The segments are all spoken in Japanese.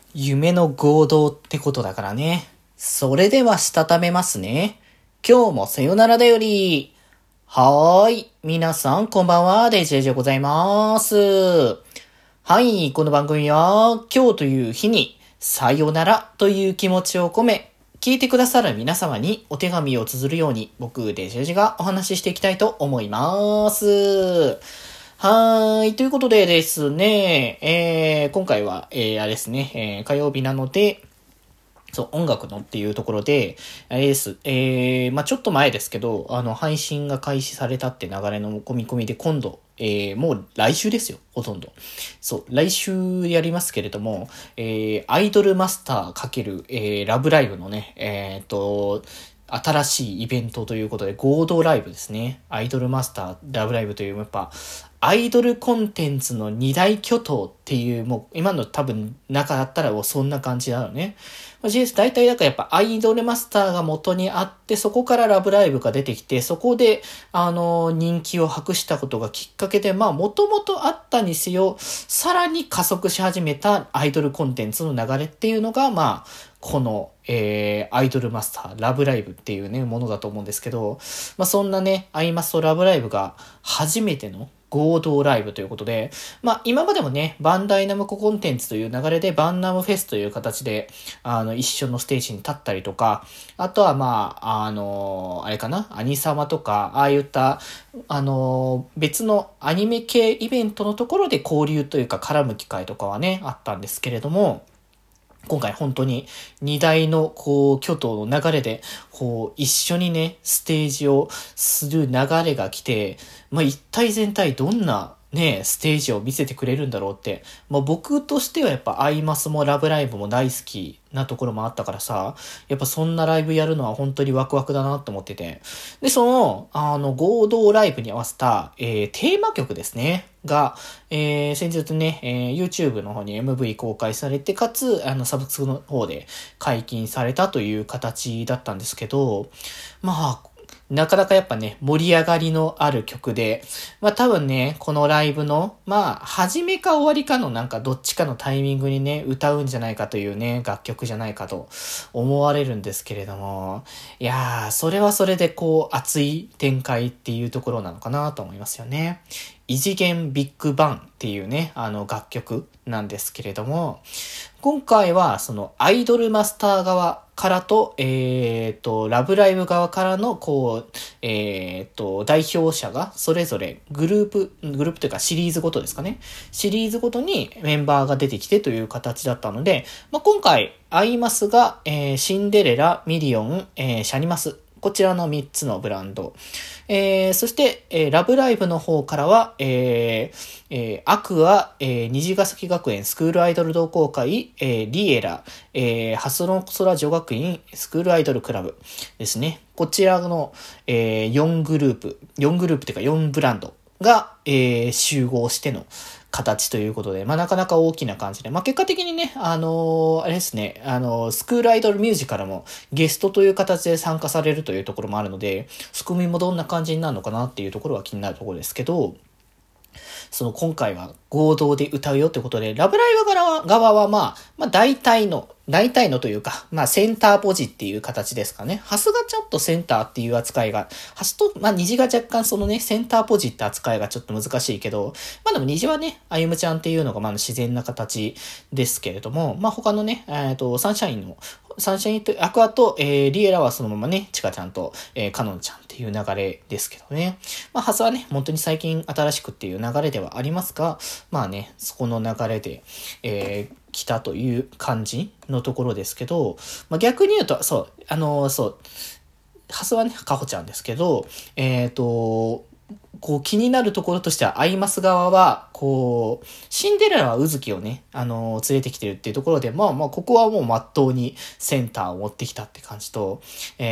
夢の合同ってことだからね。それではしたためますね。今日もさよならだより。はーい。皆さんこんばんは。デジェジでございます。はい。この番組は今日という日にさよならという気持ちを込め、聞いてくださる皆様にお手紙を綴るように僕デジェジがお話ししていきたいと思います。はーい。ということでですね、今回は、あれですね、火曜日なので、そう、音楽のっていうところで、あれです。ちょっと前ですけど、配信が開始されたって流れの込み込みで今度、もう来週ですよ、ほとんど。そう、来週やりますけれども、アイドルマスター×ラブライブのね、新しいイベントということで合同ライブですね。アイドルマスターラブライブという、やっぱ、アイドルコンテンツの二大巨頭っていう、もう今の多分中だったらもうそんな感じなのね。大体だからやっぱアイドルマスターが元にあって、そこからラブライブが出てきて、そこで、人気を博したことがきっかけで、もともとあったにせよ、さらに加速し始めたアイドルコンテンツの流れっていうのが、この、アイドルマスター、ラブライブっていうね、ものだと思うんですけど、そんなね、アイマスとラブライブが初めての合同ライブということで、今までもね、バンダイナムココンテンツという流れでバンナムフェスという形で、一緒のステージに立ったりとか、あとはあれかな、アニサマとか、ああいった、別のアニメ系イベントのところで交流というか絡む機会とかはね、あったんですけれども、今回本当に二大の巨頭の流れで一緒にねステージをする流れが来て、一体全体どんなねステージを見せてくれるんだろうって、僕としてはやっぱアイマスもラブライブも大好きなところもあったからさ、やっぱそんなライブやるのは本当にワクワクだなって思ってて、でその合同ライブに合わせた、テーマ曲ですねが、先日ね、YouTube の方に MV 公開されて、かつ、サブスクの方で解禁されたという形だったんですけど、なかなかやっぱね、盛り上がりのある曲で、多分ね、このライブの、初めか終わりかのなんかどっちかのタイミングにね、歌うんじゃないかというね、楽曲じゃないかと思われるんですけれども、いやー、それはそれで熱い展開っていうところなのかなと思いますよね。異次元ビッグバンっていうね、楽曲なんですけれども、今回はそのアイドルマスター側からと、ラブライブ側からの代表者がそれぞれグループというかシリーズごとですかね。シリーズごとにメンバーが出てきてという形だったので、今回アイマスが、シンデレラ、ミリオン、シャニマス。こちらの3つのブランド。そして、ラブライブの方からは、アクア、虹ヶ崎学園スクールアイドル同好会、リエラ、ハスロンソラ女学院スクールアイドルクラブですね。こちらの、4グループというか4ブランドが、集合しての形ということで、なかなか大きな感じで、結果的にね、あれですね、スクールアイドルミュージカルもゲストという形で参加されるというところもあるので、仕組みもどんな感じになるのかなっていうところは気になるところですけど、その今回は合同で歌うよってことで、ラブライブ側は大体のというか、センターポジっていう形ですかね。ハスがちょっとセンターっていう扱いが、ハスと、虹が若干そのね、センターポジって扱いがちょっと難しいけど、でも虹はね、あゆむちゃんっていうのが自然な形ですけれども、他のね、サンシャインと、アクアと、リエラはそのままね、チカちゃんと、カノンちゃんっていう流れですけどね。ハスはね、本当に最近新しくっていう流れではありますが、そこの流れで、来たという感じのところですけど、逆に言うと、ハスはね、カホちゃんですけど、気になるところとしては、アイマス側は、シンデレラはウズキをね、連れてきてるっていうところで、ここはもう真っ当にセンターを持ってきたって感じと、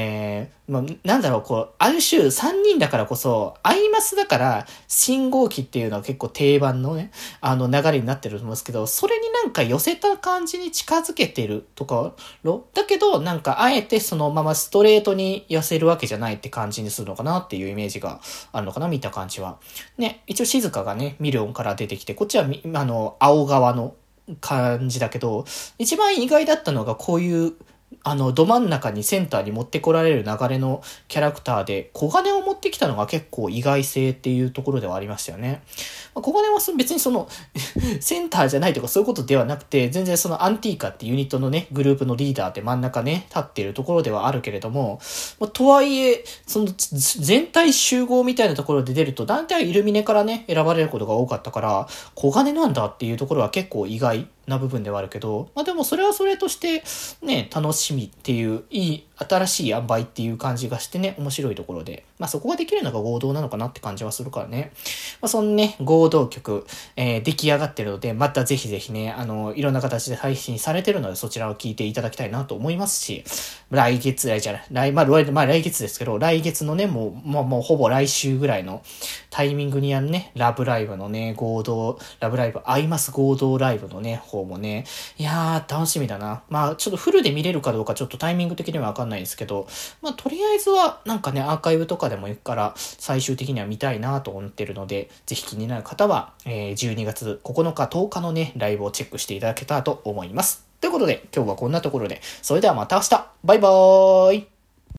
ある種3人だからこそ、アイマスだから、信号機っていうのは結構定番のね、流れになってると思うんですけど、それになんか寄せた感じに近づけてるところだけど、なんかあえてそのままストレートに寄せるわけじゃないって感じにするのかなっていうイメージがあるのかな、見た感じは。ね、一応静香がね、ミリオンから出てきて、こっちは青側の感じだけど、一番意外だったのがこういうど真ん中にセンターに持ってこられる流れのキャラクターで、小金を持ってきたのが結構意外性っていうところではありましたよね。小金は別にセンターじゃないとかそういうことではなくて、全然アンティーカってユニットのね、グループのリーダーで真ん中ね、立っているところではあるけれども、とはいえ、全体集合みたいなところで出ると、大体イルミネからね、選ばれることが多かったから、小金なんだっていうところは結構意外な部分ではあるけど、でもそれはそれとしてね、楽しみっていう、新しい塩梅っていう感じがしてね、面白いところで、そこができるのが合同なのかなって感じはするからね。そのね、合同曲、出来上がってるので、またぜひぜひね、いろんな形で配信されてるので、そちらを聞いていただきたいなと思いますし、来月ですけど、来月のね、もうほぼ来週ぐらいのタイミングにやるね、ラブライブのね、ラブライブ、アイマス合同ライブのね、方もね、いやー、楽しみだな。ちょっとフルで見れるかどうかちょっとタイミング的にはわかんないですけど、とりあえずは、なんかね、アーカイブとかでも行くから、最終的には見たいなと思ってるので、ぜひ気になる方は、12月9日、10日のね、ライブをチェックしていただけたらと思います。ということで、今日はこんなところで、それではまた明日バイバーイ